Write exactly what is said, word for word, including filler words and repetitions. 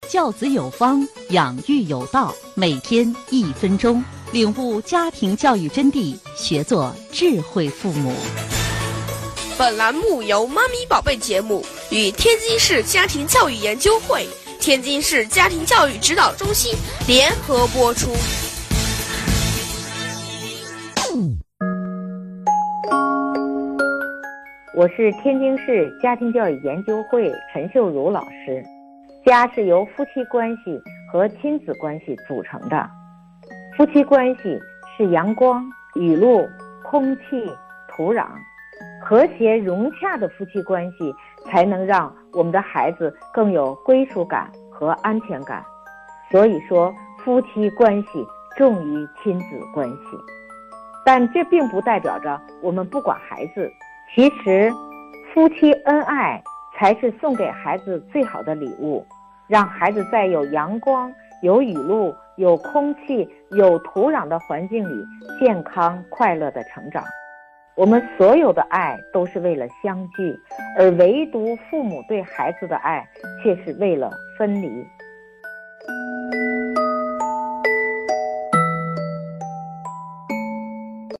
教子有方，养育有道，每天一分钟，领悟家庭教育真谛，学做智慧父母。 本栏目由妈咪宝贝节目与天津市家庭教育研究会、天津市家庭教育指导中心联合播出。 我是天津市家庭教育研究会陈秀茹老师。家是由夫妻关系和亲子关系组成的。夫妻关系是阳光、雨露、空气、土壤。和谐融洽的夫妻关系才能让我们的孩子更有归属感和安全感。所以说，夫妻关系重于亲子关系。但这并不代表着我们不管孩子。其实，夫妻恩爱才是送给孩子最好的礼物，让孩子在有阳光、有雨露、有空气、有土壤的环境里健康快乐的成长。我们所有的爱都是为了相聚，而唯独父母对孩子的爱却是为了分离。